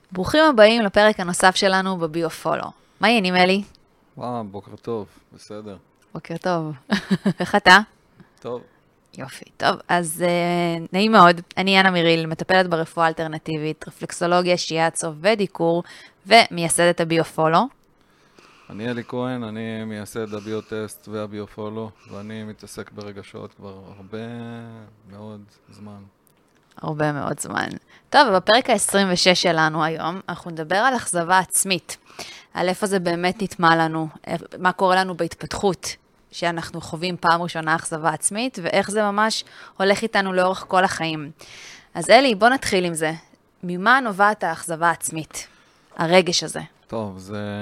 ברוכים הבאים לפרק הנוסף שלנו בביו-פולו. מה העניינים, אלי? בוקר טוב, בסדר. בוקר טוב. איך אתה? טוב. יופי, טוב. אז נעים מאוד. אני אנה מיריל, מטפלת ברפואה אלטרנטיבית, רפלקסולוגיה, שיאצו ודיקור, ומייסדת הביו-פולו. אני אלי כהן, אני מייסד הביוטסט והביופולו, ואני מתעסק ברגשות כבר הרבה מאוד זמן. הרבה מאוד זמן. טוב, בפרק ה-26 שלנו היום, אנחנו נדבר על אכזבה עצמית. על איפה זה באמת נטמע לנו, מה קורה לנו בהתפתחות, שאנחנו חווים פעם ראשונה אכזבה עצמית, ואיך זה ממש הולך איתנו לאורך כל החיים. אז אלי, בוא נתחיל עם זה. ממה נובעת האכזבה העצמית? הרגש הזה. טוב,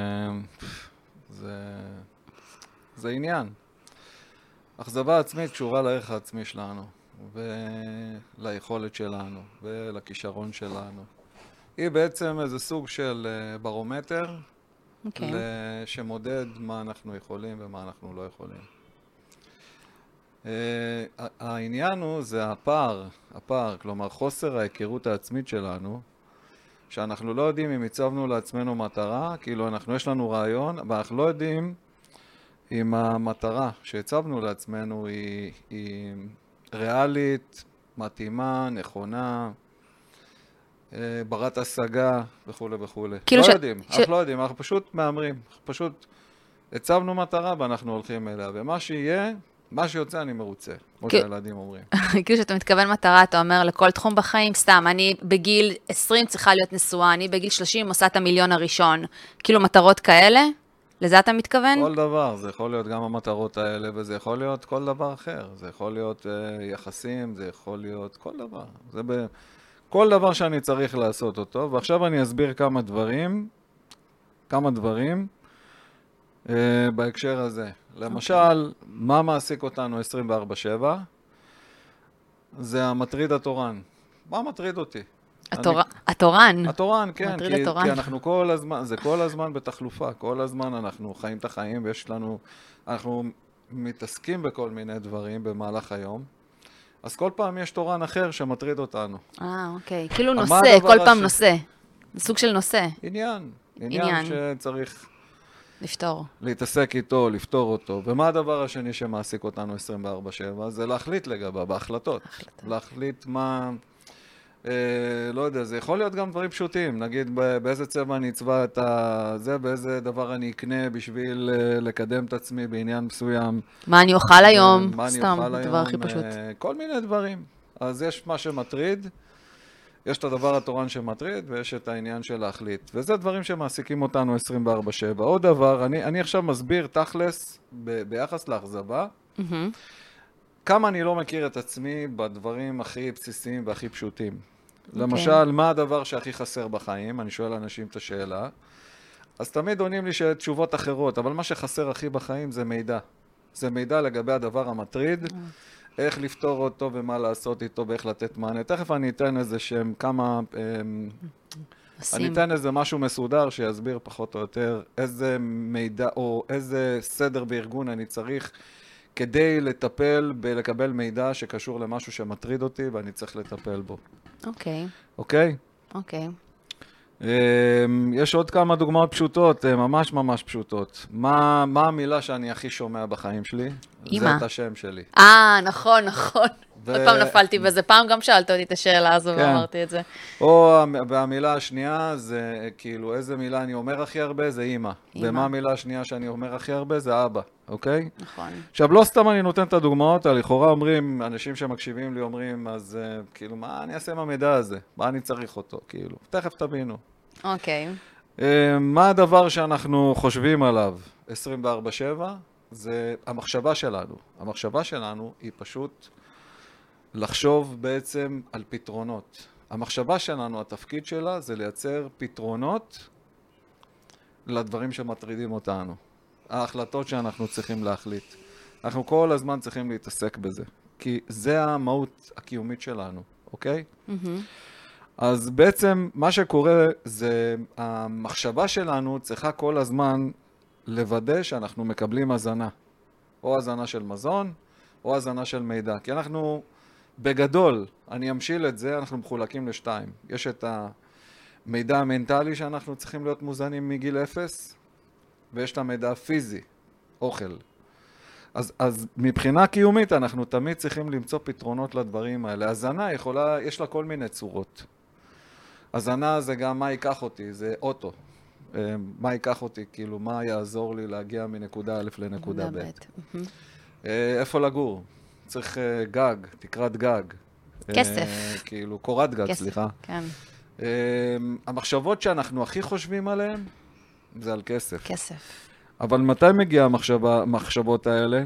זה עניין. אכזבה עצמית קשורה לערך העצמי שלנו, וליכולת שלנו, ולכישרון שלנו. היא בעצם איזה סוג של ברומטר, אוקיי. שמודד מה אנחנו יכולים ומה אנחנו לא יכולים. העניין הוא, זה הפער, כלומר חוסר ההיכרות העצמית שלנו, שאנחנו לא יודעים אם הצבנו לעצמנו מטרה, כאילו יש לנו רעיון, אבל אנחנו לא יודעים אם המטרה שהצבנו לעצמנו היא ריאלית, מתאימה, נכונה, ברת השגה וכו' וכו'. כאילו לא יודעים, אנחנו פשוט מאמרים, פשוט הצבנו מטרה ואנחנו הולכים אליה, ומה שיהיה, מה שיוצא אני מרוצה, כמו שהילדים אומרים. כאילו שאתה מתכוון מטרה, אתה אומר לכל תחום בחיים, סתם, אני בגיל 20 צריכה להיות נשואה, אני בגיל 30 עושה את המיליון הראשון. כאילו מטרות כאלה? לזה אתה מתכוון? כל דבר, זה יכול להיות גם המטרות האלה, וזה יכול להיות כל דבר אחר. זה יכול להיות יחסים, זה יכול להיות כל דבר. כל דבר שאני צריך לעשות אותו, ועכשיו אני אסביר כמה דברים בהקשר הזה. למשל, מה מעסיק אותנו 24/7? זה המטריד התורן. מה מטריד אותי? התורן? התורן, כן, מטריד התורן. כי אנחנו כל הזמן, זה כל הזמן בתחלופה, כל הזמן אנחנו חיים את החיים ויש לנו, אנחנו מתעסקים בכל מיני דברים במהלך היום, אז כל פעם יש תורן אחר שמטריד אותנו. אוקיי. כאילו נושא, כל פעם נושא. זה סוג של נושא. עניין שצריך לפתור. להתעסק איתו, לפתור אותו. ומה הדבר השני שמעסיק אותנו 24/7? זה להחליט לגביו, בהחלטות. להחליט מה, לא יודע, זה יכול להיות גם דברים פשוטים. נגיד באיזה צבע אני אצבע את זה, באיזה דבר אני אקנה בשביל לקדם את עצמי בעניין מסוים. מה אני אוכל היום? סתם, הדבר הכי פשוט. כל מיני דברים. אז יש מה שמטריד, יש את הדבר התורן שמטריד, ויש את העניין של להחליט. וזה דברים שמעסיקים אותנו 24/7. עוד דבר, אני עכשיו מסביר תכלס ביחס לאכזבה, כמה אני לא מכיר את עצמי בדברים הכי בסיסיים והכי פשוטים. למשל, מה הדבר שהכי חסר בחיים? אני שואל אנשים את השאלה. אז תמיד עונים לי שתשובות אחרות, אבל מה שחסר הכי בחיים זה מידע. זה מידע לגבי הדבר המטריד, איך לפתור אותו ומה לעשות איתו ואיך לתת מענה. תכף אני אתן איזה שהם כמה, אני אתן איזה משהו מסודר שיסביר פחות או יותר איזה מידע או איזה סדר בארגון אני צריך כדי לטפל בלקבל מידע שקשור למשהו שמטריד אותי ואני צריך לטפל בו. אוקיי. אוקיי? אוקיי. יש עוד כמה דוגמאות פשוטות, ממש ממש פשוטות. מה המילה שאני הכי שומע בחיים שלי? אמא. זה את השם שלי. נכון. עוד פעם נפלתי בזה. פעם גם שאלת אותי את השאלה הזו ואמרתי את זה. והמילה השנייה זה כאילו איזה מילה אני אומר הכי הרבה זה אמא. ומה המילה השנייה שאני אומר הכי הרבה זה אבא, אוקיי? נכון. עכשיו לא סתם אני נותן את הדוגמאות, לכאורה אומרים, אנשים שמקשיבים לי אומרים, אז כאילו מה אני אעשה עם המידע הזה? מה אני צריך אותו? כאילו, תכף תבינו. אוקיי. מה הדבר שאנחנו חושבים עליו 24/7? זה המחשבה שלנו. המחשבה שלנו היא פשוט לחשוב בעצם על פתרונות. המחשבה שלנו, התפקיד שלה זה לייצר פתרונות לדברים שמטרידים אותנו. ההחלטות שאנחנו צריכים להחליט. אנחנו כל הזמן צריכים להתעסק בזה. כי זה המהות הקיומית שלנו, אוקיי? אז בעצם מה שקורה זה המחשבה שלנו צריכה כל הזמן לוודא שאנחנו מקבלים הזנה. או הזנה של מזון, או הזנה של מידע. כי אנחנו, בגדול, אני אמשיל את זה, אנחנו מחולקים לשתיים. יש את מידע מנטלי שאנחנו צריכים להיות מוזנים מגיל 0, ויש את המידע הפיזי, אוכל. אז מבחינה קיומית אנחנו תמיד צריכים למצוא פתרונות לדברים האלה. הזנה יש לה כל מיני צורות. הזנה זה גם מה ייקח אותי, זה אוטו. מה ייקח אותי, כאילו מה יעזור לי להגיע מנקודה א' לנקודה ב'. איפה לגור? צריך גג, תקרת גג. כסף. כאילו קורת גג, סליחה. כן. המחשבות שאנחנו הכי חושבים עליהן, זה על כסף. כסף. אבל מתי מגיע המחשבות האלה?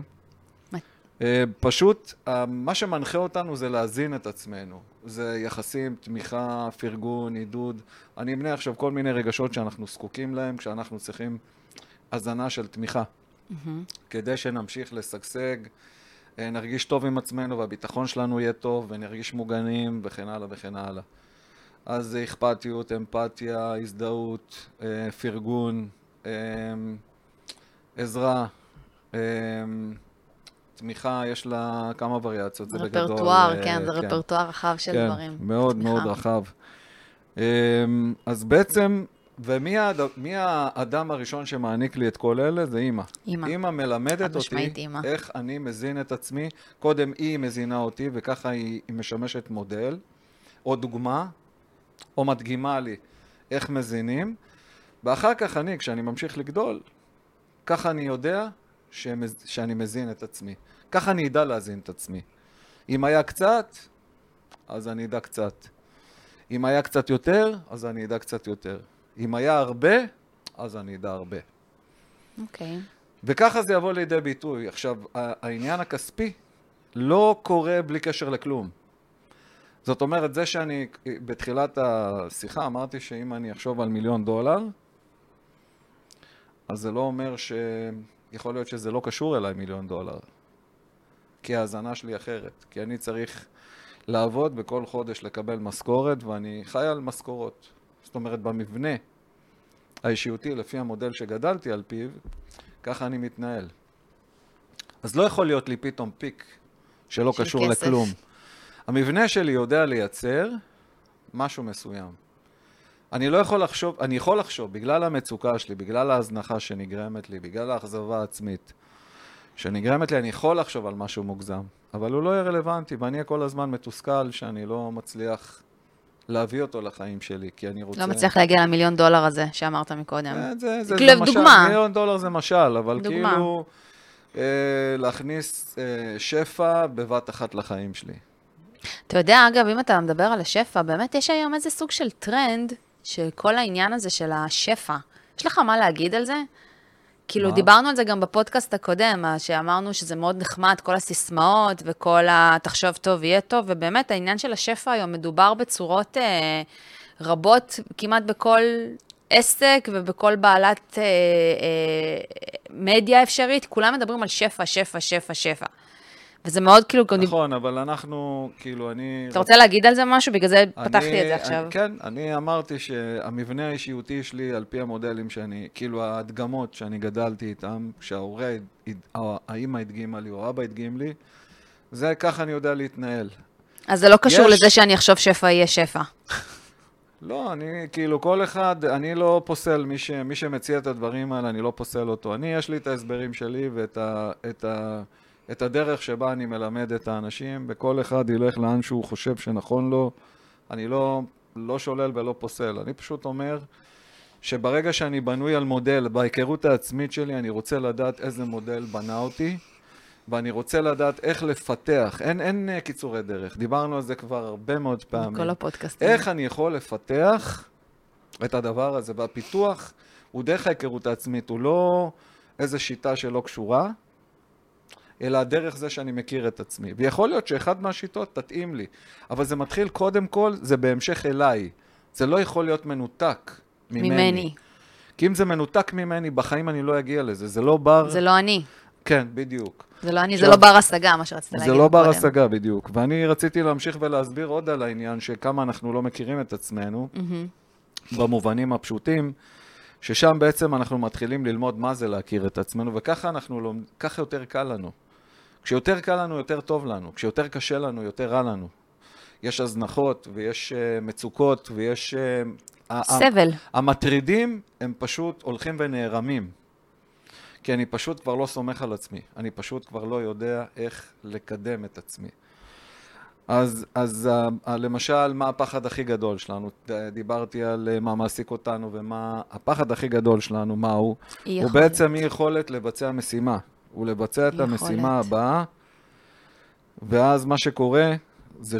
פשוט, מה שמנחה אותנו זה להזין את עצמנו. זה יחסים, תמיכה, פרגון, עידוד. אני אמנה עכשיו כל מיני רגשות שאנחנו זקוקים להם, כשאנחנו צריכים הזנה של תמיכה. כדי שנמשיך לשגשג, נרגיש טוב עם עצמנו והביטחון שלנו יהיה טוב, ונרגיש מוגנים וכן הלאה וכן הלאה. אז זה אכפתיות, אמפתיה, הזדהות, פרגון, עזרה, תמיכה, יש לה כמה וריאציות, זה בגדול. רפרטואר, כן, זה רפרטואר רחב של דברים. כן, מאוד מאוד רחב. אז בעצם, ומי האדם הראשון שמעניק לי את כל אלה? זה אמא. אמא מלמדת אותי איך אני מזין את עצמי. קודם היא מזינה אותי, וככה היא משמשת מודל, או דוגמה, או מדגימה לי איך מזינים. ואחר כך כשאני ממשיך לגדול, ככה אני יודע שאני מזין את עצמי. ככה אני אדע להזין את עצמי. אם היה קצת, אז אני אדע קצת. אם היה קצת יותר, אז אני אדע קצת יותר. אם היה הרבה, אז אני אדע הרבה. אוקיי. וככה זה יבוא לידי ביטוי. עכשיו, העניין הכספי לא קורה בלי קשר לכלום. זאת אומרת, זה שאני בתחילת השיחה אמרתי שאם אני אחשוב על $1,000,000, אז זה לא אומר יכול להיות שזה לא קשור אליי $1,000,000. כי ההזנה שלי אחרת. כי אני צריך לעבוד בכל חודש לקבל משכורת, ואני חי על משכורות. זאת אומרת, במבנה האישיותי, לפי המודל שגדלתי על פיו, ככה אני מתנהל. אז לא יכול להיות לי פתאום פיק שלא קשור לכלום. המבנה שלי יודע לייצר משהו מסוים. אני יכול לחשוב, בגלל המצוקה שלי, בגלל ההזנחה שנגרמת לי, בגלל האכזבה העצמית שנגרמת לי, אני יכול לחשוב על משהו מוגזם, אבל הוא לא יהיה רלוונטי, ואני כל הזמן מתוסכל שאני לא מצליח להביא אותו לחיים שלי, כי אני רוצה... לא מצליח להגיע ל$1,000,000 הזה שאמרת מקודם. זה דוגמה. $1,000,000 זה משל, אבל כאילו להכניס שפע בבת אחת לחיים שלי. אתה יודע, אגב, אם אתה מדבר על השפע, באמת יש היום איזה סוג של טרנד, של כל העניין הזה של השפע. יש לך מה להגיד על זה? כאילו, דיברנו על זה גם בפודקאסט הקודם, שאמרנו שזה מאוד נחמד, כל הסיסמאות וכל תחשוב טוב, יהיה טוב, ובאמת העניין של השפע היום מדובר בצורות רבות, כמעט בכל עסק ובכל בעלת מדיה אפשרית, כולם מדברים על שפע, שפע, שפע, שפע. וזה מאוד כאילו... נכון, אבל אנחנו, כאילו, אתה רוצה להגיד על זה משהו? בגלל זה פתחתי את זה עכשיו. כן, אני אמרתי שהמבנה האישיותי שלי, על פי המודלים כאילו ההדגמות שאני גדלתי איתם, שההורה, האמא הדגימה לי, או אבא הדגים לי, זה ככה אני יודע להתנהל. אז זה לא קשור לזה שאני אחשוב שפע יהיה שפע. לא, כאילו, כל אחד, אני לא פוסל, מי שמציע את הדברים האלה, אני לא פוסל אותו. יש לי את ההסברים שלי את הדרך שבה אני מלמד את האנשים, וכל אחד ילך לאן שהוא חושב שנכון לו. אני לא שולל ולא פוסל. אני פשוט אומר שברגע שאני בנוי על מודל, בהיכרות העצמית שלי, אני רוצה לדעת איזה מודל בנה אותי, ואני רוצה לדעת איך לפתח. אין קיצורי דרך. דיברנו על זה כבר הרבה מאוד פעמים. כל הפודקאסטים. איך אני יכול לפתח את הדבר הזה, והפיתוח הוא דרך ההיכרות העצמית, הוא לא איזו שיטה שלא קשורה, אלא דרך זה שאני מכיר את עצמי. ויכול להיות שאחד מהשיטות תתאים לי, אבל זה מתחיל קודם כל, זה בהמשך אליי. זה לא יכול להיות מנותק ממני. כי אם זה מנותק ממני, בחיים אני לא אגיע לזה. זה לא בר... זה לא אני. כן, בדיוק. זה לא אני, זה לא בר השגה, מה שרצית להגיד. זה לא בר השגה, בדיוק. ואני רציתי להמשיך ולהסביר עוד על העניין, שכמה אנחנו לא מכירים את עצמנו, במובנים הפשוטים, ששם בעצם אנחנו מתחילים ללמוד מה זה להכיר את עצמנו, וככה ככה יותר קל לנו. כשיותר קל לנו, יותר טוב לנו. כשיותר קשה לנו, יותר רע לנו. יש הזנחות ויש מצוקות ויש... סבל. המטרידים הם פשוט הולכים ונערמים. כי אני פשוט כבר לא סומך על עצמי. אני פשוט כבר לא יודע איך לקדם את עצמי. אז למשל, מה הפחד הכי גדול שלנו? דיברתי על מה מעסיק אותנו ומה הפחד הכי גדול שלנו, מה הוא? הוא בעצם אי יכולת לבצע משימה. הוא לבצע את המשימה הבאה, ואז מה שקורה זה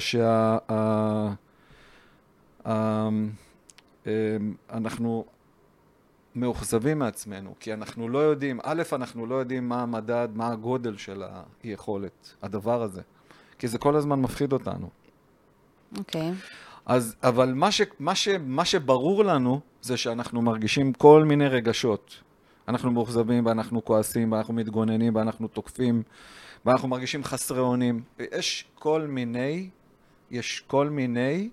אנחנו מאוכזבים מעצמנו, כי אנחנו לא יודעים, אנחנו לא יודעים מה המדד, מה הגודל של היכולת, הדבר הזה. כי זה כל הזמן מפחיד אותנו. אוקיי. אבל מה שברור לנו זה שאנחנו מרגישים כל מיני רגשות. אנחנו מאוכזבים, ואנחנו כועסים, ואנחנו מתגוננים, ואנחנו תוקפים, ואנחנו מרגישים חסרי אונים. יש כל מיני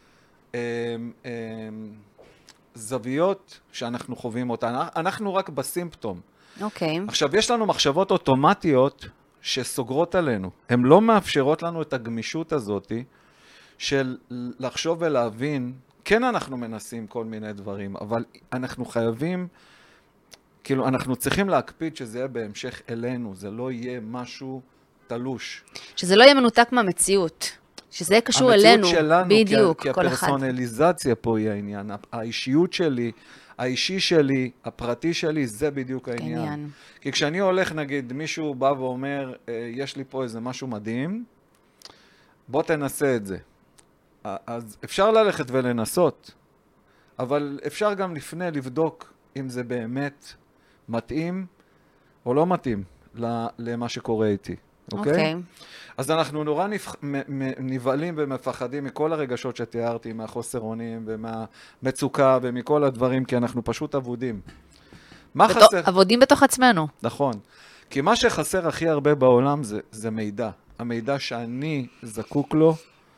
זוויות שאנחנו חווים אותן. אנחנו רק בסימפטום. אוקיי. עכשיו, יש לנו מחשבות אוטומטיות שסוגרות עלינו. הן לא מאפשרות לנו את הגמישות הזאת של לחשוב ולהבין, כן אנחנו מנסים כל מיני דברים, אבל אנחנו חייבים, כאילו אנחנו צריכים להקפיד שזה יהיה בהמשך אלינו, זה לא יהיה משהו תלוש. שזה לא יהיה מנותק מהמציאות, שזה יהיה קשור אלינו, שלנו, בדיוק, כי כל אחד. הפרסונליזציה פה היא העניין, האישיות שלי, האישי שלי, הפרטי שלי, זה בדיוק העניין. כי כשאני הולך, נגיד, מישהו בא ואומר, יש לי פה איזה משהו מדהים, בוא תנסה את זה. אז אפשר ללכת ולנסות, אבל אפשר גם לפני לבדוק אם זה באמת מתאים או לא מתאים למה שקורה איתי. אוקיי? אז אנחנו נורא נבעלים ומפחדים מכל הרגשות שתיארתי, מהחוסר אונים ומהמצוקה ומכל הדברים, כי אנחנו פשוט עבודים. מה חסר? עבודים בתוך עצמנו. נכון. כי מה שחסר הכי הרבה בעולם זה מידע. המידע שאני זקוק לו,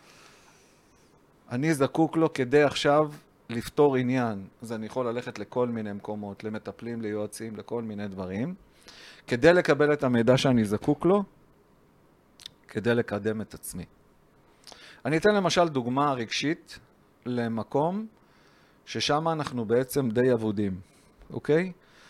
אני זקוק לו כדי עכשיו לפתור עניין. אז אני יכול ללכת לכל מיני מקומות, למטפלים, ליועצים, לכל מיני דברים, כדי לקבל את המידע שאני זקוק לו, כדי לקדם את עצמי. אני אתן למשל דוגמה רגשית למקום ששם אנחנו בעצם די עבודים, אוקיי?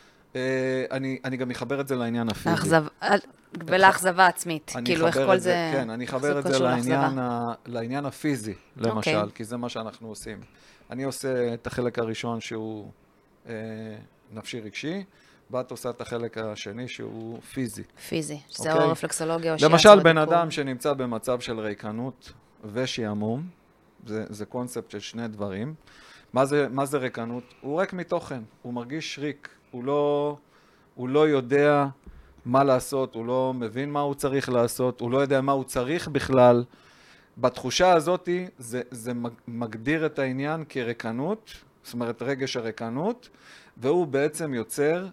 אני גם אחבר את זה לעניין הפיזי. ולאכזבה עצמית, כאילו איך כל זה... כן, אני אחבר את זה לעניין הפיזי, למשל, כי זה מה שאנחנו עושים. אני עושה את החלק הראשון שהוא נפשי רגשי, ואת עושה את החלק השני שהוא פיזי. פיזי, שזה או רפלקסולוגיה או שיעה. למשל, בן אדם שנמצא במצב של ריקנות ושיעמום, זה קונספט של שני דברים. מה זה ריקנות? הוא ריק מתוכן, הוא מרגיש ריק, הוא לא יודע מה לעשות, הוא לא מבין מה הוא צריך לעשות, הוא לא יודע מה הוא צריך בכלל. בתחושה הזאת זה מגדיר את העניין כריקנות, זאת אומרת רגש הריקנות, והוא בעצם יוצר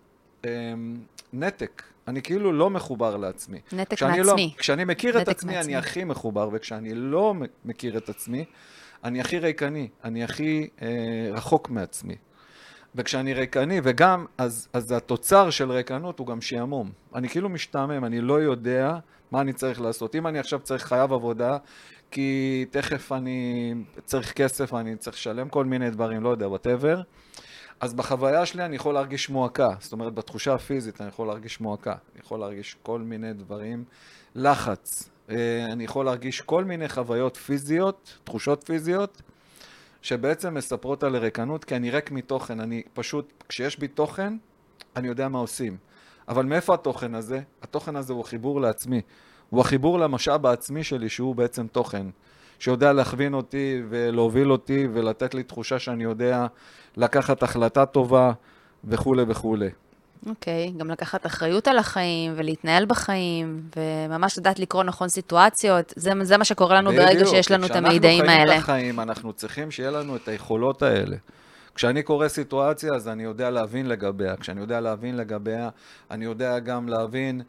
נתק. אני כאילו לא מחובר לעצמי. נתק מעצמי. כשאני מכיר את עצמי, אני הכי מחובר, וכשאני לא מכיר את עצמי, אני הכי ריקני, אני הכי רחוק מעצמי. וכשאני ריקני, וגם, אז התוצר של ריקנות הוא גם שיעמום. אני כאילו משתעמם, אני לא יודע מה אני צריך לעשות. אם אני עכשיו חייב עבודה, כי תכף אני צריך כסף, אני צריך לשלם כל מיני דברים, לא יודע, whatever, אז בחוויה שלי אני יכול להרגיש מועקה. זאת אומרת, בתחושה הפיזית אני יכול להרגיש מועקה. אני יכול להרגיש כל מיני דברים, לחץ. אני יכול להרגיש כל מיני חוויות פיזיות, תחושות פיזיות, שבעצם מספרות על ריקנות, כי אני ריק מתוכן. אני פשוט, כשיש בי תוכן, אני יודע מה עושים. אבל מאיפה התוכן הזה? התוכן הזה הוא החיבור לעצמי. הוא החיבור למשאב העצמי שלי, שהוא בעצם תוכן. שיודע להכווין אותי ולהוביל אותי ולתת לי תחושה שאני יודע לקחת החלטה טובה וכו' וכו'. אוקיי, גם לקחת אחריות על החיים ולהתנהל בחיים, וממש לדעת לקרוא נכון סיטואציות, זה מה שקורה לנו ברגע שיש לנו את המידעים האלה. כשאנחנו חיים את החיים, אנחנו צריכים שיהיה לנו את היכולות האלה. כשאני קורא סיטואציה, אז אני יודע להבין לגביה. כשאני יודע להבין לגביה, אני יודע גם להבין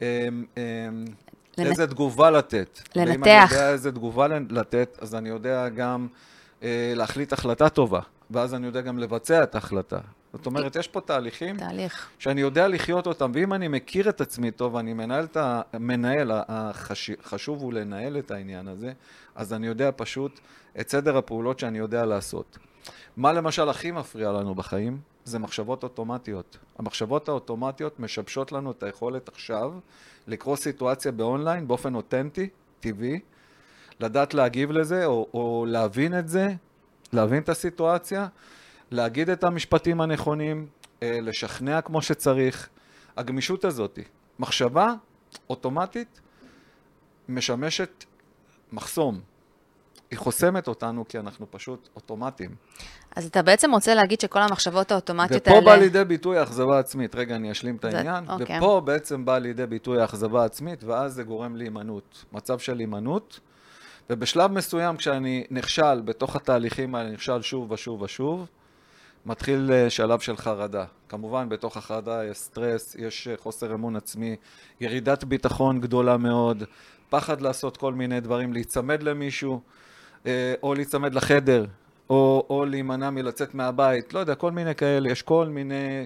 איזה תגובה לתת. לנתח. ואם אני יודע איזה תגובה לתת, אז אני יודע גם להחליט החלטה טובה. ואז אני יודע גם לבצע את ההחלטה. זאת אומרת, יש פה תהליכים תהליך. שאני יודע לחיות אותם, ואם אני מכיר את עצמי טוב, אני מנהל, החשוב הוא לנהל את העניין הזה, אז אני יודע פשוט את סדר הפעולות שאני יודע לעשות. מה למשל הכי מפריע לנו בחיים? זה מחשבות אוטומטיות. המחשבות האוטומטיות משבשות לנו את היכולת עכשיו לקרוא סיטואציה באונליין באופן אותנטי, טבעי, לדעת להגיב לזה או להבין את זה, להבין את הסיטואציה, להגיד את המשפטים הנכונים, לשכנע כמו שצריך. הגמישות הזאת, מחשבה אוטומטית משמשת מחסום. היא חוסמת אותנו כי אנחנו פשוט אוטומטיים. אז אתה בעצם רוצה להגיד שכל המחשבות האוטומטיות ופה האלה... בא לידי ביטוי האכזבה עצמית. רגע, אני אשלים את העניין. אוקיי. ופה בעצם בא לידי ביטוי האכזבה עצמית, ואז זה גורם להימנעות. מצב של הימנעות. ובשלב מסוים, כשאני נכשל בתוך התהליכים האלה, נכשל שוב ושוב ושוב, מתחיל שלב של חרדה. כמובן, בתוך החרדה יש סטרס, יש חוסר אמון עצמי, ירידת ביטחון גדולה מאוד, פחד לעשות כל מיני דברים, להיצמד למישהו, או להיצמד לחדר, או להימנע מלצאת מהבית, לא יודע, כל מיני כאלה, יש כל מיני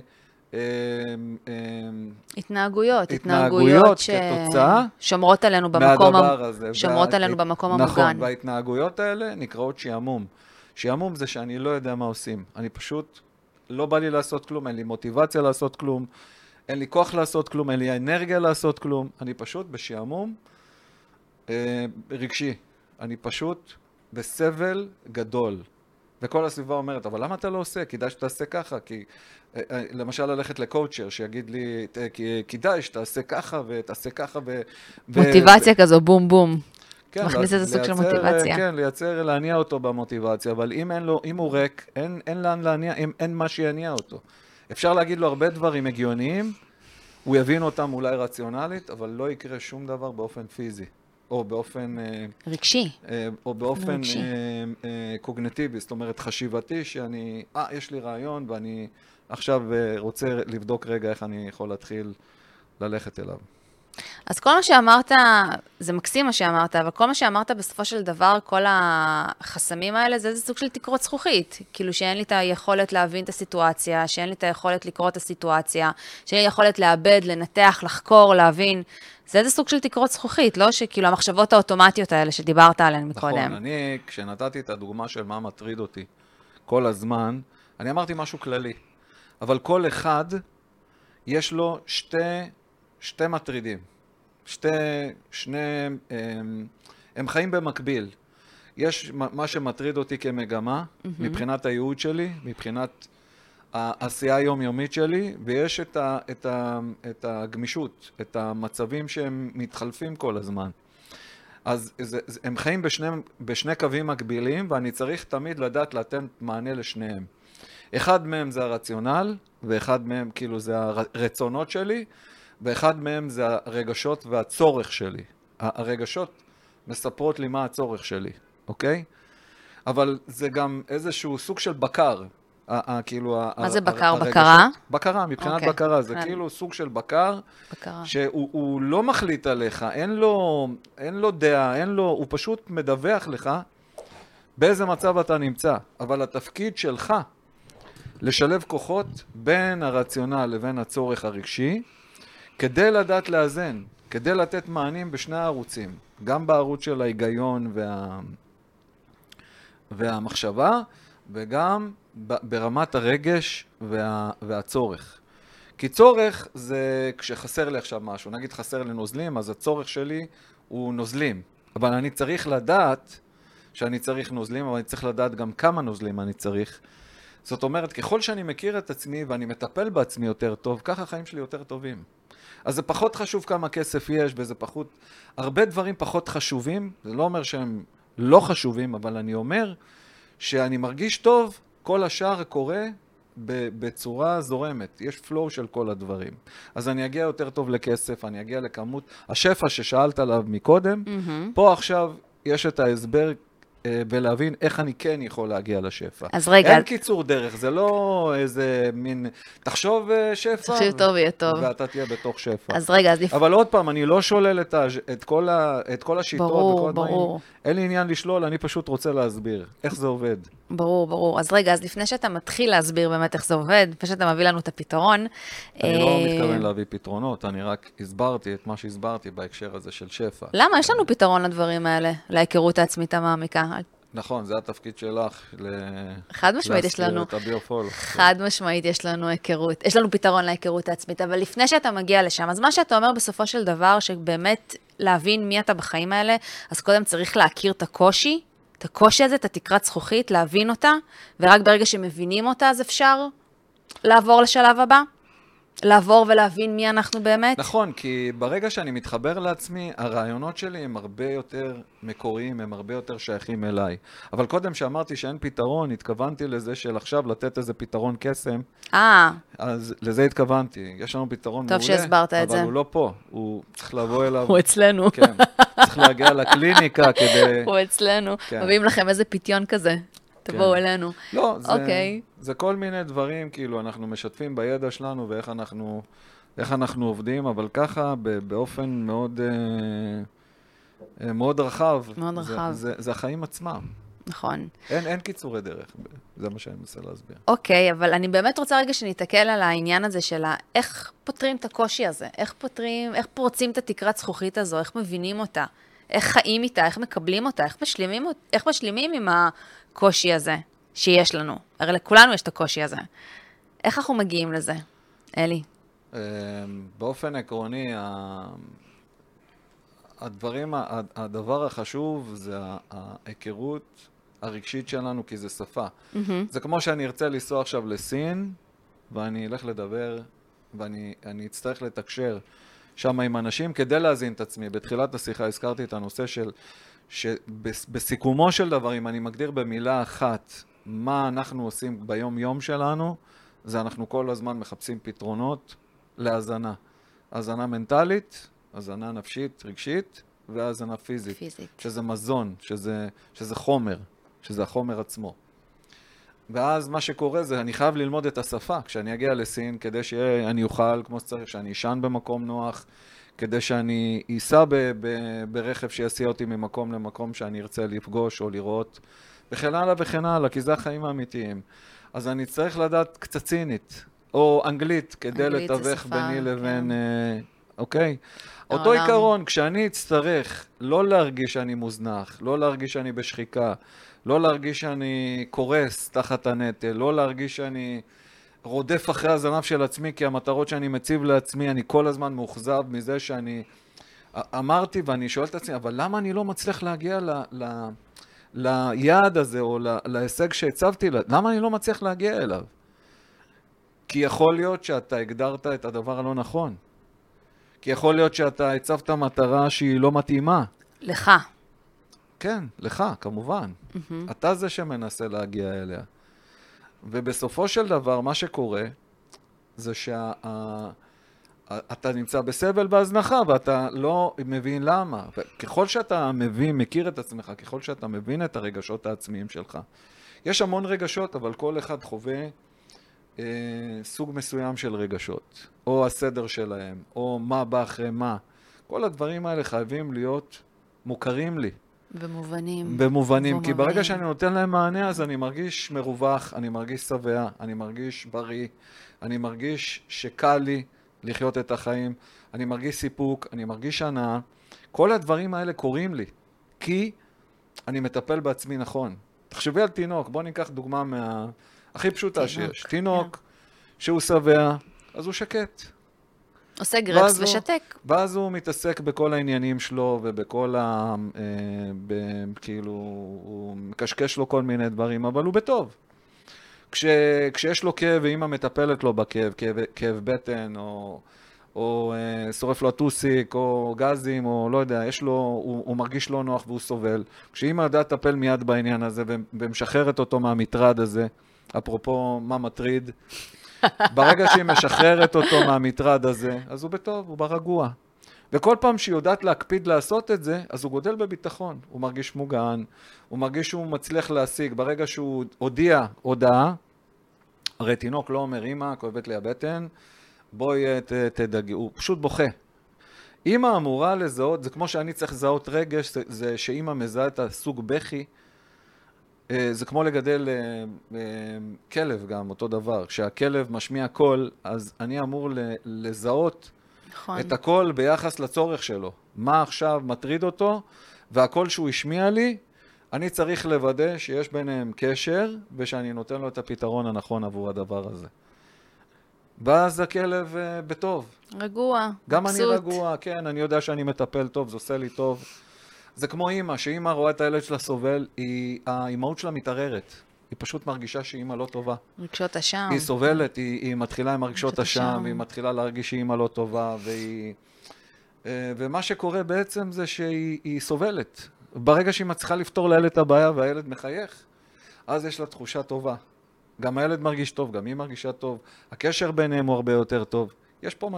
התנהגויות כתוצאה ששומרות עלינו מהדבר הזה. שומרות עלינו במקום המוגן. נכון, וההתנהגויות האלה נקראות שיעמום. שיעמום זה שאני לא יודע מה עושים. אני פשוט, לא בא לי לעשות כלום, אין לי מוטיבציה לעשות כלום, אין לי כוח לעשות כלום, אין לי אנרגיה לעשות כלום. אני פשוט בשיעמום רגשי. אני פשוט בסבל גדול. וכל הסביבה אומרת, אבל למה אתה לא עושה? כדאי שתעשה ככה, כי למשל ללכת לקואוצ'ר שיגיד לי, כדאי שתעשה ככה ותעשה ככה מוטיבציה כזו, בום בום. כן, מכניס איזה סוג של מוטיבציה. כן, להניע אותו במוטיבציה, אבל אם הוא ריק, אין לאן להניע, אין מה שיניע אותו. אפשר להגיד לו הרבה דברים הגיוניים, הוא יבין אותם אולי רציונלית, אבל לא יקרה שום דבר באופן פיזי. או באופן... רגשי. או באופן קוגניטיבי, זאת אומרת חשיבתי, שאני, יש לי רעיון ואני עכשיו רוצה לבדוק רגע איך אני יכול להתחיל ללכת אליו. אז כל מה שאמרת, זה מקסים מה שאמרת, אבל כל מה שאמרת בסופו של דבר, כל החסמים האלה, זה סוג של תקרות זכוכית. כאילו שאין לי את היכולת להבין את הסיטואציה, שאין לי את היכולת לקרוא את הסיטואציה, שאין לי יכולת לאבד, לנתח, לחקור, להבין. זה איזה סוג של תקרות זכוכית, לא שכאילו המחשבות האוטומטיות האלה שדיברת עליהן מקודם. נכון, אני, כשנתתי את הדוגמה של מה מטריד אותי כל הזמן, אני אמרתי משהו כללי, אבל כל אחד יש לו שתי מטרידים, הם חיים במקביל. יש מה שמטריד אותי כמגמה, מבחינת הייעוד שלי, מבחינת העשייה היומיומית שלי, ויש את הגמישות, את המצבים שהם מתחלפים כל הזמן. אז הם חיים בשני קווים מקבילים, ואני צריך תמיד לדעת לתת מענה לשניהם. אחד מהם זה הרציונל, ואחד מהם כאילו זה הרצונות שלי, ואחד מהם זה הרגשות והצורך שלי. הרגשות מספרות לי מה הצורך שלי, אוקיי? אבל זה גם איזשהו סוג של בקר. כאילו מה זה בקר? בקרה? בקרה, מבחינת בקרה. זה כאילו סוג של בקר, שהוא לא מחליט עליך, אין לו דעה, הוא פשוט מדווח לך באיזה מצב אתה נמצא. אבל התפקיד שלך לשלב כוחות בין הרציונל לבין הצורך הרגשי, כדי לדעת לאזן, כדי לתת מענים בשני הערוצים, גם בערוץ של ההיגיון והמחשבה, וגם ברמת הרגש והצורך. כי צורך זה כשחסר לי עכשיו משהו, נגיד חסר לי נוזלים, אז הצורך שלי הוא נוזלים. אבל אני צריך לדעת שאני צריך נוזלים, אבל אני צריך לדעת גם כמה נוזלים אני צריך. זאת אומרת, ככל שאני מכיר את עצמי ואני מטפל בעצמי יותר טוב, ככה החיים שלי יותר טובים. אז זה פחות חשוב כמה כסף יש, וזה הרבה דברים פחות חשובים, זה לא אומר שהם לא חשובים, אבל אני אומר שאני מרגיש טוב, כל השאר קורה בצורה זורמת. יש פלואו של כל הדברים. אז אני אגיע יותר טוב לכסף, אני אגיע לכמות. השפע ששאלת עליו מקודם, פה עכשיו יש את ההסבר ולהבין איך אני כן יכול להגיע לשפע. אז רגע. אין קיצור דרך, זה לא איזה מין, תחשוב שפע. תחשוב טוב יהיה טוב. ואתה תהיה בתוך שפע. אז רגע, אבל עוד פעם, אני לא שולל את כל השיטות וכל הדברים. ברור. אין לי עניין לשלול, אני פשוט רוצה להסביר איך זה עובד. ברור, ברור. אז רגע, אז לפני שאתה מתחיל להסביר באמת איך זה עובד, לפני שאתה מביא לנו את הפתרון... אני לא מתכוון להביא פתרונות, אני רק הסברתי את מה שהסברתי בהקשר הזה של שפע. למה? יש לנו פתרון לדברים האלה, להיכרות העצמית המעמיקה. נכון, זה התפקיד שלך חד משמעית יש לנו, את הביופול. חד משמעית יש לנו היכרות, יש לנו פתרון להיכרות העצמית, אבל לפני שאתה מגיע לשם, אז מה שאתה אומר בסופו של דבר, שבאמת להבין מי אתה בחיים האלה, אז קודם צריך להכיר את הקושי הזה, את התקרת זכוכית, להבין אותה, ורק ברגע שמבינים אותה, אז אפשר לעבור לשלב הבא? לעבור ולהבין מי אנחנו באמת? נכון, כי ברגע שאני מתחבר לעצמי, הרעיונות שלי הם הרבה יותר מקוריים, הם הרבה יותר שייכים אליי. אבל קודם שאמרתי שאין פתרון, התכוונתי לזה של עכשיו לתת איזה פתרון קסם. אז לזה התכוונתי. יש לנו פתרון מעולה, טוב שהסברת את זה. אבל הוא לא פה. הוא צריך לבוא אליו. הוא אצלנו. כן, צריך להגיע לקליניקה כדי... הוא אצלנו. מביאים לכם איזה פתיון כזה. תבואו אלינו. לא, זה כל מיני דברים, כאילו, אנחנו משתפים בידע שלנו ואיך אנחנו עובדים, אבל ככה באופן מאוד רחב. מאוד רחב. זה החיים עצמם. נכון. אין קיצורי דרך, זה מה שאני מנסה להסביר. אוקיי, אבל אני באמת רוצה רגע שנתקל על העניין הזה של איך פותרים את הקושי הזה, איך פורצים את התקרת זכוכית הזו, איך מבינים אותה, איך חיים איתה, איך מקבלים אותה, איך משלימים עם הקושי הזה שיש לנו. הרי לכולנו יש את הקושי הזה. איך אנחנו מגיעים לזה, אלי? באופן עקרוני, הדבר החשוב זה ההיכרות הרגשית שלנו, כי זה שפה. זה כמו שאני ארצה לנסוע עכשיו לסין, ואני אלך לדבר, ואני אצטרך לתקשר שם עם אנשים כדי להזין את עצמי. בתחילת השיחה הזכרתי את הנושא שבסיכומו של דבר, אם אני מגדיר במילה אחת מה אנחנו עושים ביום יום שלנו, זה אנחנו כל הזמן מחפשים פתרונות להזנה. הזנה מנטלית, הזנה נפשית, רגשית, והזנה פיזית. שזה מזון, שזה חומר, שזה החומר עצמו. ואז מה שקורה זה, אני חייב ללמוד את השפה. כשאני אגיע לסין, כדי שאני אוכל כמו שצריך, שאני אשן במקום נוח, כדי שאני אסע ברכב שיסיע אותי ממקום למקום שאני ארצה לפגוש או לראות, וכן הלאה וכן הלאה, כי זה החיים האמיתיים. אז אני צריך לדעת קצת סינית, או אנגלית, כדי לתווך ביני לבין... אוקיי? אותו עיקרון, כשאני אצטרך לא להרגיש שאני מוזנח, לא להרגיש שאני בשחיקה, לא להרגיש שאני קורס תחת הנטל, לא להרגיש שאני רודף אחרי הזנב של עצמי, כי המטרות שאני מציב לעצמי, אני כל הזמן מאוכזב מזה שאני אמרתי, ואני שואל את עצמי, אבל למה אני לא מצליח להגיע ליעד הזה, או להישג שהצבתי, למה אני לא מצליח להגיע אליו? כי יכול להיות שאתה הגדרת את הדבר הלא נכון. כי יכול להיות שאתה הצבת מטרה שהיא לא מתאימה. לך. כן, לך, כמובן. אתה זה שמנסה להגיע אליה. ובסופו של דבר, מה שקורה, זה שאתה נמצא בסבל בהזנחה, ואתה לא מבין למה. וככל שאתה מכיר את עצמך, ככל שאתה מבין את הרגשות העצמיים שלך, יש המון רגשות, אבל כל אחד חווה סוג מסוים של רגשות, או הסדר שלהם, או מה בא אחרי מה. כל הדברים האלה חייבים להיות מוכרים לי. במובנים, כי ברגע שאני נותן להם מענה, אז אני מרגיש מרווח, אני מרגיש שבע, אני מרגיש בריא, אני מרגיש שקל לי לחיות את החיים, אני מרגיש סיפוק, אני מרגיש הנאה. כל הדברים האלה קורים לי, כי אני מטפל בעצמי נכון. תחשבי על תינוק, בוא ניקח דוגמה הכי פשוטה שיש. תינוק שהוא שבע, אז הוא שקט. עושה גרפס ושתק. ואז הוא מתעסק בכל העניינים שלו, ובכל כאילו, הוא מקשקש לו כל מיני דברים, אבל הוא בטוב. כשיש לו כאב, ואמא מטפלת לו בכאב, כאב בטן, או שורף לו הטוסיק, או גזים, או לא יודע, הוא מרגיש לא נוח והוא סובל. כשאמא יודעת לטפל מיד בעניין הזה, ומשחררת אותו מהמטרד הזה, אפרופו מה מטריד, ברגע שהיא משחררת אותו מהמטרד הזה, אז הוא בטוב, הוא ברגוע. וכל פעם שהיא יודעת להקפיד לעשות את זה, אז הוא גודל בביטחון. הוא מרגיש מוגן, הוא מרגיש שהוא מצליח להשיג. ברגע שהוא הודיע הודעה, הרי תינוק לא אומר, אמא, כואבת לי הבטן, בואי תדאגי, הוא פשוט בוכה. אמא אמורה לזהות, זה כמו שאני צריך לזהות רגש, זה שאמא מזהה את הסוג בכי, זה כמו לגדל כלב גם, אותו דבר. כשהכלב משמיע קול, אז אני אמור לזהות נכון. את הקול ביחס לצורך שלו. מה עכשיו מטריד אותו, והקול שהוא השמיע לי, אני צריך לוודא שיש ביניהם קשר, ושאני נותן לו את הפתרון הנכון עבור הדבר הזה. ואז הכלב בטוב. רגוע, גם מבסוט. אני רגוע, כן, אני יודע שאני מטפל טוב, זה עושה לי טוב. זה כמו אימא, שאימא רואה את הילד שלה סובל, האימהות שלה מתערערת. היא פשוט מרגישה שאימא לא טובה. רגשות אשם. היא סובלת, היא מתחילה עם הרגשות אשם, היא מתחילה להרגיש שאימא לא טובה, ומה שקורה בעצם זה שהיא סובלת. ברגע שהיא מצליחה לפתור לילד את הבעיה והילד מחייך, אז יש לה תחושה טובה. גם הילד מרגיש טוב, גם היא מרגישה טוב. הקשר ביניהם הוא הרבה יותר טוב. יש פה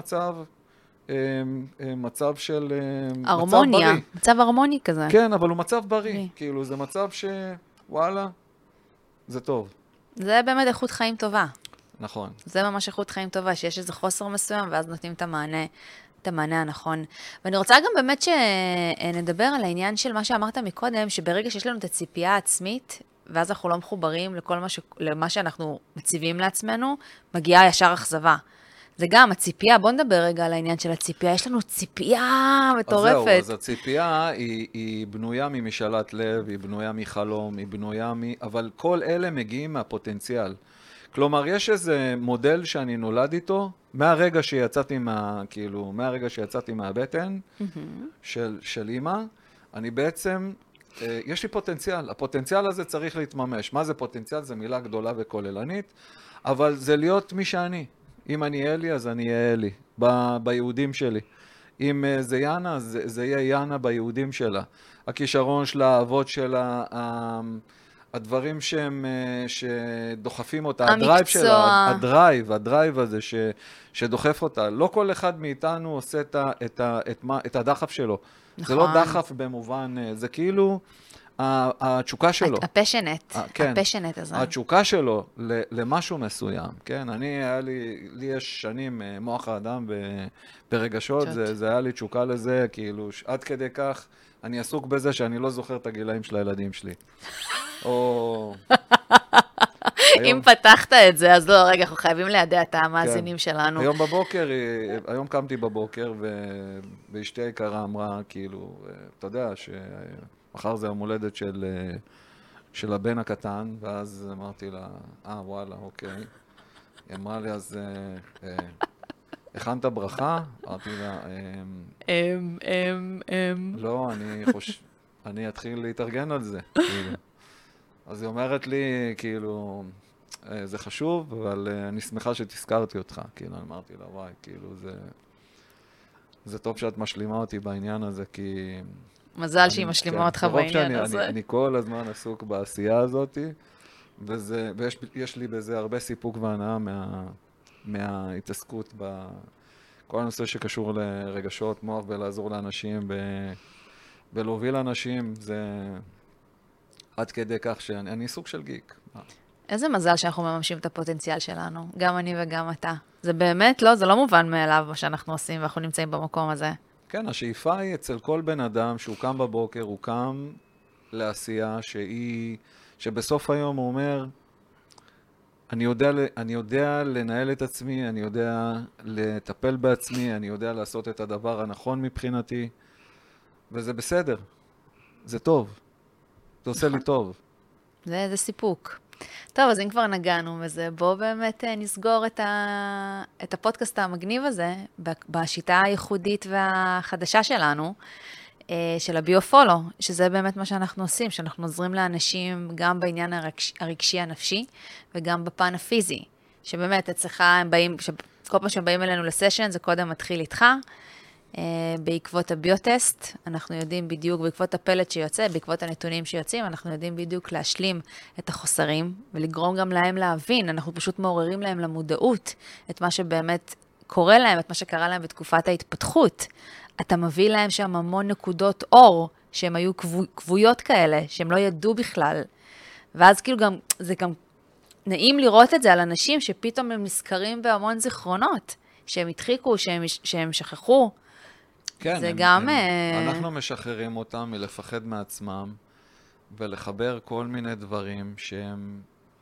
מצב של... הרמוניה, מצב הרמוני כזה. כן, אבל הוא מצב בריא. כאילו, זה מצב שוואלה, זה טוב. זה באמת איכות חיים טובה. נכון. זה ממש איכות חיים טובה, שיש איזה חוסר מסוים, ואז נותנים את המענה הנכון. ואני רוצה גם באמת שנדבר על העניין של מה שאמרת מקודם, שברגע שיש לנו את הציפייה העצמית, ואז אנחנו לא מחוברים למה שאנחנו מציבים לעצמנו, מגיעה ישר אכזבה. זה גם הציפייה, בוא נדבר רגע על העניין של הציפייה, יש לנו ציפייה מטורפת. אז זהו, אז הציפייה היא בנויה ממשאלת לב, היא בנויה מחלום, היא בנויה אבל כל אלה מגיעים מהפוטנציאל. כלומר, יש איזה מודל שאני נולד איתו, מהרגע שיצאתי מהבטן של אמא, אני בעצם, יש לי פוטנציאל. הפוטנציאל הזה צריך להתממש. מה זה פוטנציאל? זו מילה גדולה וכוללנית, אבל זה להיות מי שאני. אם אני אלי, אז אני אהיה אלי, ביהודים שלי. אם זה יאנה, אז זה יהיה יאנה ביהודים שלה. הכישרון שלה, האהבות שלה, הדברים שדוחפים אותה, הדרייב שלה, הדרייב הזה שדוחף אותה. לא כל אחד מאיתנו עושה את הדחף שלו. נכון. זה לא דחף במובן, זה כאילו התשוקה שלו. הפשנט, כן, הפשנט הזה. התשוקה שלו למשהו מסוים, כן? לי יש שנים מוח האדם ברגשות, זה היה לי תשוקה לזה, כאילו, עד כדי כך אני עסוק בזה שאני לא זוכר את הגילאים של הילדים שלי. או... אם פתחת את זה, אז לא, רגע, אנחנו חייבים לידע את המאזינים שלנו. היום קמתי בבוקר, ואשתי היקרה אמרה, כאילו, אתה יודע, מחר זה יום הולדת של הבן הקטן, ואז אמרתי לה, וואלה, אוקיי. היא אמרה לי, אז הכנת ברכה? אמרתי לה, לא, אני אתחיל להתארגן על זה. אז היא אומרת לי, כאילו, זה חשוב, אבל אני שמחה שתזכרתי אותך. כאילו, אמרתי לה, וואי, כאילו, זה טוב שאת משלימה אותי בעניין הזה, כי... מזל שהיא משלימה אותך בעניין הזה. אני כל הזמן עסוק בעשייה הזאת, ויש לי בזה הרבה סיפוק והנאה מההתעסקות בכל הנושא שקשור לרגשות מוח ולעזור לאנשים ולהוביל אנשים, זה עד כדי כך שאני סוג של גיק. איזה מזל שאנחנו מממשים את הפוטנציאל שלנו, גם אני וגם אתה. זה באמת לא, זה לא מובן מאליו מה שאנחנו עושים ואנחנו נמצאים במקום הזה. כן, השאיפה היא אצל כל בן אדם שהוא קם בבוקר, הוא קם לעשייה שבסוף היום הוא אומר, אני יודע לנהל את עצמי, אני יודע לטפל בעצמי, אני יודע לעשות את הדבר הנכון מבחינתי, וזה בסדר, זה טוב, זה עושה לי טוב. זה סיפוק. טוב, אז אם כבר נגענו בזה, בואו באמת נסגור את הפודקאסט המגניב הזה, בשיטה הייחודית והחדשה שלנו, של הביו-פולו, שזה באמת מה שאנחנו עושים, שאנחנו עוזרים לאנשים גם בעניין הרגשי הנפשי, וגם בפן הפיזי, שבאמת אצלך הם באים, כל פעם שהם באים אלינו לסשן, זה קודם מתחיל איתך, בעקבות הביוטסט, אנחנו יודעים בדיוק, בעקבות הפלט שיוצא, בעקבות הנתונים שיוצאים, אנחנו יודעים בדיוק להשלים את החוסרים, ולגרום גם להם להבין, אנחנו פשוט מעוררים להם למודעות, את מה שבאמת קורה להם, את מה שקרה להם בתקופת ההתפתחות. אתה מביא להם שם המון נקודות אור, שהם היו כבויות כאלה, שהם לא ידעו בכלל. ואז כאילו גם, זה גם נעים לראות את זה על אנשים, שפתאום הם נזכרים בהמון זיכרונות, שהם התחיקו, שהם שכחו. כן, זה גם... אנחנו משחררים אותם מלפחד מעצמם, ולחבר כל מיני דברים שהם,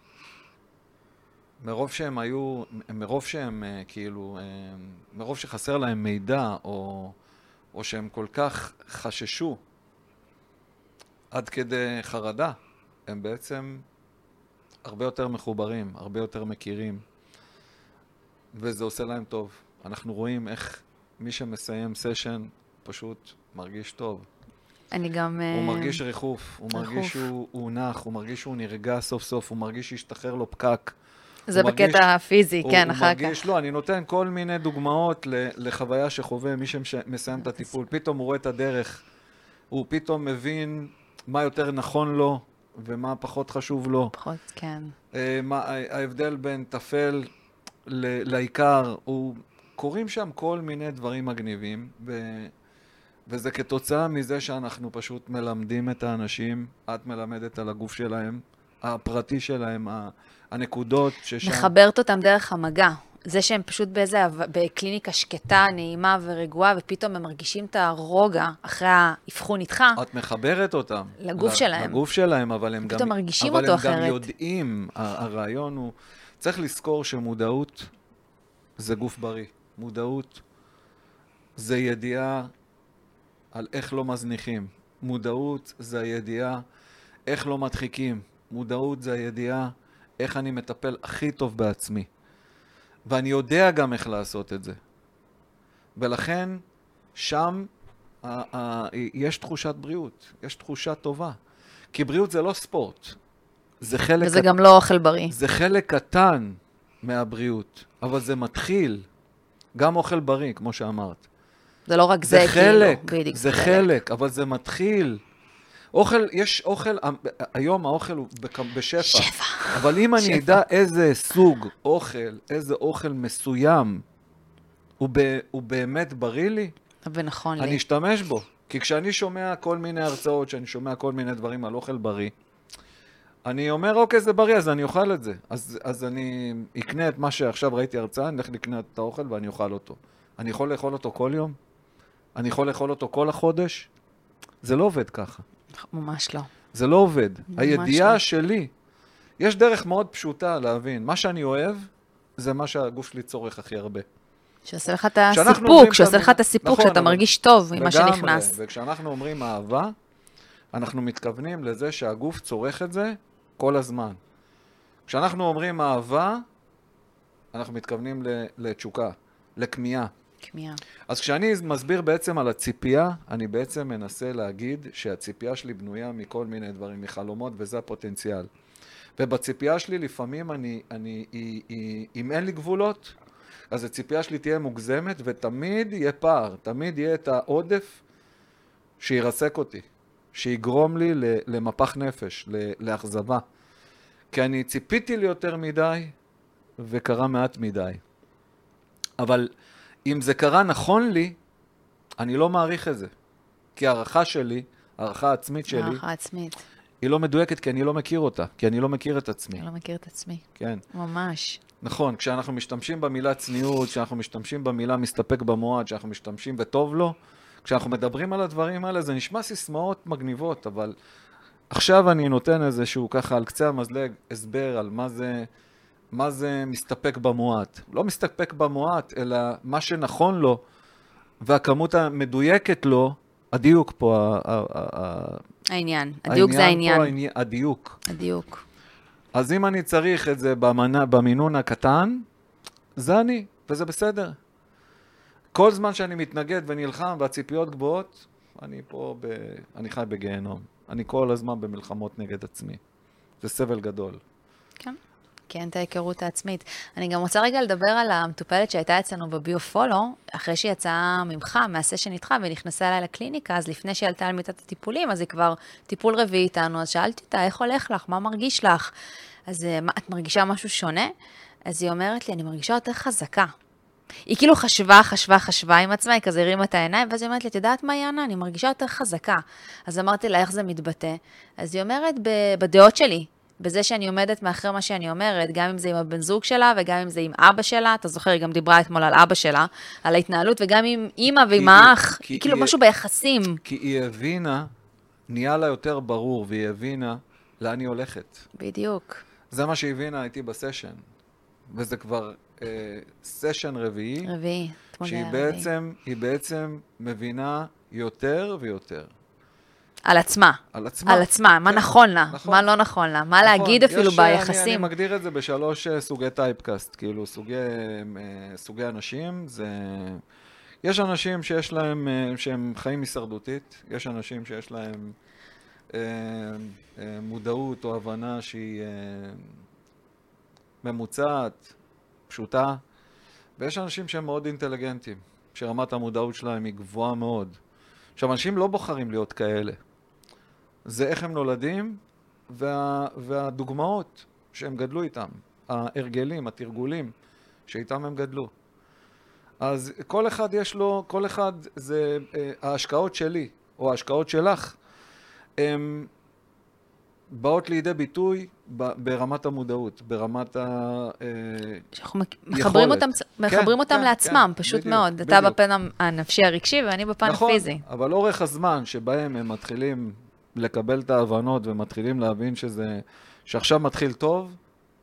מרוב שהם כאילו, מרוב שחסר להם מידע, או שהם כל כך חששו עד כדי חרדה, הם בעצם הרבה יותר מחוברים, הרבה יותר מכירים, וזה עושה להם טוב. אנחנו רואים איך מי שמסיים סשן פשוט מרגיש טוב. אני גם... הוא מרגיש ריחוף, הוא מרגיש שהוא נח, הוא מרגיש שהוא נרגע סוף סוף, הוא מרגיש שישתחרר לו פקק. זה בקטע הפיזי, כן, אחר כך. לא, אני נותן כל מיני דוגמאות לחוויה שחווה מי שמסיים את הטיפול. פתאום הוא רואה את הדרך, הוא פתאום מבין מה יותר נכון לו ומה פחות חשוב לו. פחות, כן. ההבדל בין תפל לעיקר, קוראים שם כל מיני דברים מגניבים, וזה כתוצאה מזה שאנחנו פשוט מלמדים את האנשים, את מלמדת על הגוף שלהם, הפרטי שלהם, הנקודות ששם... מחברת אותם דרך המגע. זה שהם פשוט בקליניקה שקטה, נעימה ורגועה, ופתאום הם מרגישים את הרוגע אחרי האבחון איתך. את מחברת אותם. לגוף שלהם. לגוף שלהם, אבל הם פתאום מרגישים אותו אחרת. גם יודעים, הרעיון הוא... צריך לזכור שמודעות זה גוף בריא. מודעות זה ידיעה על איך לא מזניחים. מודעות זה הידיעה איך לא מדחיקים. מודעות זה הידיעה איך אני מטפל הכי טוב בעצמי. ואני יודע גם איך לעשות את זה. ולכן שם יש תחושת בריאות, יש תחושה טובה. כי בריאות זה לא ספורט. זה חלק... וזה גם לא אוכל בריא. זה חלק קטן מהבריאות, אבל זה מתחיל. גם אוכל בריא, כמו שאמרת. זה לא רק זה חלק, כאילו, זה חלק, אבל זה מתחיל. אוכל, יש אוכל, היום האוכל הוא בשפע. שפע. אבל אם אני אדע איזה סוג אוכל, איזה אוכל מסוים, הוא באמת בריא לי, ונכון לי. אני אשתמש בו. כי כשאני שומע כל מיני הרצאות, כשאני שומע כל מיני דברים על אוכל בריא, אני אומר, אוקיי, זה בריא, אז אני אוכל את זה. אז אני אקנה את מה שעכשיו ראיתי הרצאה, אני אלך לקנות את האוכל ואני אוכל אותו. אני יכול לאכול אותו כל יום? אני יכול לאכול אותו כל החודש? זה לא עובד ככה. ממש לא. זה לא עובד. הידיעה שלי, יש דרך מאוד פשוטה להבין. מה שאני אוהב, זה מה שהגוף שלי צורך הכי הרבה. שעושה לך את הסיפוק, שעושה לך את הסיפוק, שאתה מרגיש טוב עם מה שנכנס. וכשאנחנו אומרים אהבה, אנחנו מתכוונים לזה שהגוף צורך את זה כל הזמן. כשאנחנו אומרים אהבה, אנחנו מתכוונים לתשוקה, לכמיהה. כמיהה. אז כשאני מסביר בעצם על הציפייה, אני בעצם מנסה להגיד שהציפייה שלי בנויה מכל מיני דברים, מחלומות, וזה הפוטנציאל. ובציפייה שלי לפעמים אם אין לי גבולות, אז הציפייה שלי תהיה מוגזמת, ותמיד יהיה פער, תמיד יהיה את העודף שירסק אותי, שיגרום לי למפח נפש, לאכזבה. כי אני ציפיתי לי יותר מדי, וקרה מעט מדי. אבל אם זה קרה נכון לי, אני לא מעריך את זה. כי הערכה שלי, הערכה העצמית שלי, הערכה עצמית. היא לא מדויקת כי אני לא מכיר אותה, כי אני לא מכיר את עצמי. אני לא מכיר את עצמי. כן. ממש. נכון, כשאנחנו משתמשים במילה צניעות, כשאנחנו משתמשים במילה מסתפק במועד, כשאנחנו משתמשים וטוב לו, כשאנחנו מדברים על הדברים האלה, זה נשמע סיסמאות מגניבות, אבל עכשיו אני נותן איזשהו ככה על קצה המזלג הסבר על מה זה מסתפק במועט. לא מסתפק במועט, אלא מה שנכון לו, והכמות המדויקת לו, הדיוק פה, העניין. הדיוק זה העניין. פה הדיוק. הדיוק. אז אם אני צריך את זה במינון הקטן, זה אני, וזה בסדר. כל זמן שאני מתנגד ונלחם והציפיות גבוהות, אני חי בגיהנום. אני כל הזמן במלחמות נגד עצמי. זה סבל גדול. כן. כן, את ההיכרות העצמית. אני גם רוצה רגע לדבר על המטופלת שהייתה אצלנו בביו-פולו, אחרי שהיא יצאה ממך, מהסשן איתך, ונכנסה אליי לקליניקה, אז לפני שהיא עלתה על מיטת הטיפולים, אז היא כבר טיפול רביעי איתנו, אז שאלתי אותה, איך הולך לך? מה מרגיש לך? אז את מרגישה משהו שונה? אז היא אומרת לי, אני מרגישה יותר חזקה. היא כאילו חשבה עם עצמה, היא כזה הרימה את העיניים, ואז היא אומרת לי, את יודעת מה יענה? אני מרגישה יותר חזקה. אז אמרתי לה, איך זה מתבטא? אז היא אומרת, בדעות שלי. בזה שאני עומדת מאחרי מה שאני אומרת, גם אם זה עם הבן זוג שלה, וגם אם זה עם אבא שלה, אתה זוכר, היא גם דיברה אתמול על אבא שלה, על ההתנהלות, וגם עם אמא ועם האח, כאילו משהו ביחסים. כי היא הבינה נהיה לה יותר ברור, והיא הבינה לאן היא הולכת. בדיוק. זה מה שהיא הבינה איתי בסשן. וזה כבר סשן רביעי. רביעי. שהיא בעצם מבינה יותר ויותר. על עצמה. על עצמה. על עצמה, מה נכון לה, מה לא נכון לה, מה להגיד אפילו ביחסים. אני מגדיר את זה בשלוש סוגי טייפקאסט, כאילו סוגי אנשים, יש אנשים שיש להם, שהם חיים הישרדותית, יש אנשים שיש להם מודעות או הבנה שהיא ממוצעת, פשוטה, ויש אנשים שהם מאוד אינטליגנטים, שרמת המודעות שלהם היא גבוהה מאוד. עכשיו, אנשים לא בוחרים להיות כאלה. זה איך הם נולדים, והדוגמאות שהם גדלו איתם, ההרגלים, התרגולים שאיתם הם גדלו. אז כל אחד יש לו, כל אחד זה, ההשקעות שלי, או ההשקעות שלך, הן באות לידי ביטוי ברמת המודעות, ברמת שאנחנו יכולת. מחברים אותם לעצמם, פשוט בדיוק, מאוד. אתה בפן הנפשי הרגשי ואני בפן הפיזי. נכון, אבל אורך הזמן שבהם הם מתחילים לקבל את ההבנות ומתחילים להבין שעכשיו מתחיל טוב,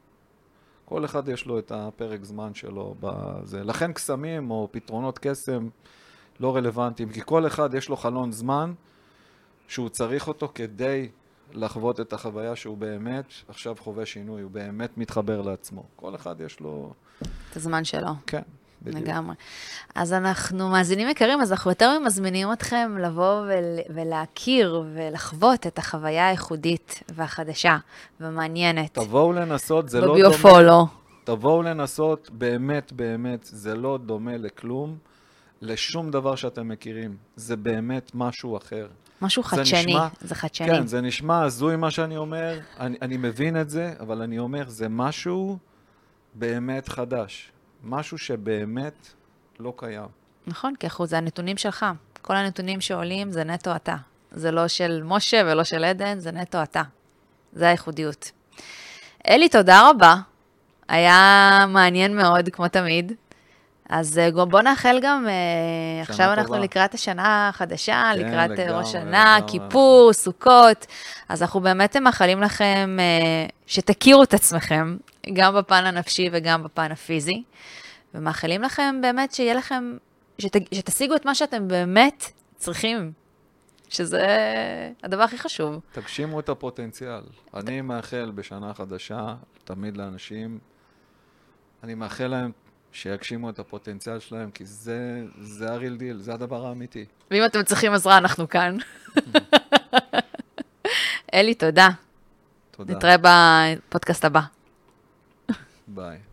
כל אחד יש לו את הפרק זמן שלו בזה. לכן קסמים או פתרונות קסם לא רלוונטיים, כי כל אחד יש לו חלון זמן שהוא צריך אותו כדי לחוות את החוויה שהוא באמת עכשיו חווה שינוי, הוא באמת מתחבר לעצמו. כל אחד יש לו את הזמן שלו. כן, בדיוק. לגמרי. אז אנחנו מאזינים יקרים, אז אנחנו יותר מזמינים אתכם לבוא ולהכיר ולחוות את החוויה הייחודית והחדשה ומעניינת. תבואו לנסות, זה לא דומה. בביופולו. תבואו לנסות, באמת, באמת, זה לא דומה לכלום, לשום דבר שאתם מכירים. זה באמת משהו אחר. משהו חדשני, זה חדשני. כן, זה נשמע הזוי מה שאני אומר, אני מבין את זה, אבל אני אומר, זה משהו באמת חדש. משהו שבאמת לא קיים. נכון, כי זה הנתונים שלך. כל הנתונים שעולים זה נטו אתה. זה לא של משה ולא של עדן, זה נטו אתה. זה הייחודיות. אלי, תודה רבה. היה מעניין מאוד, כמו תמיד. אז בוא נאחל גם, עכשיו אנחנו לקראת השנה החדשה, לקראת ראש שנה, כיפור, סוכות. אז אנחנו באמת מאחלים לכם שתכירו את עצמכם, גם בפן הנפשי וגם בפן הפיזי. ומאחלים לכם באמת שיהיה לכם, שתשיגו את מה שאתם באמת צריכים, שזה הדבר הכי חשוב. תגשימו את הפוטנציאל. אני מאחל בשנה חדשה, תמיד לאנשים, אני מאחל להם שיגשימו את הפוטנציאל שלהם, כי זה הריל דיל, זה הדבר האמיתי. ואם אתם צריכים עזרה, אנחנו כאן. אלי, תודה. תודה. נתראה בפודקאסט הבא. ביי.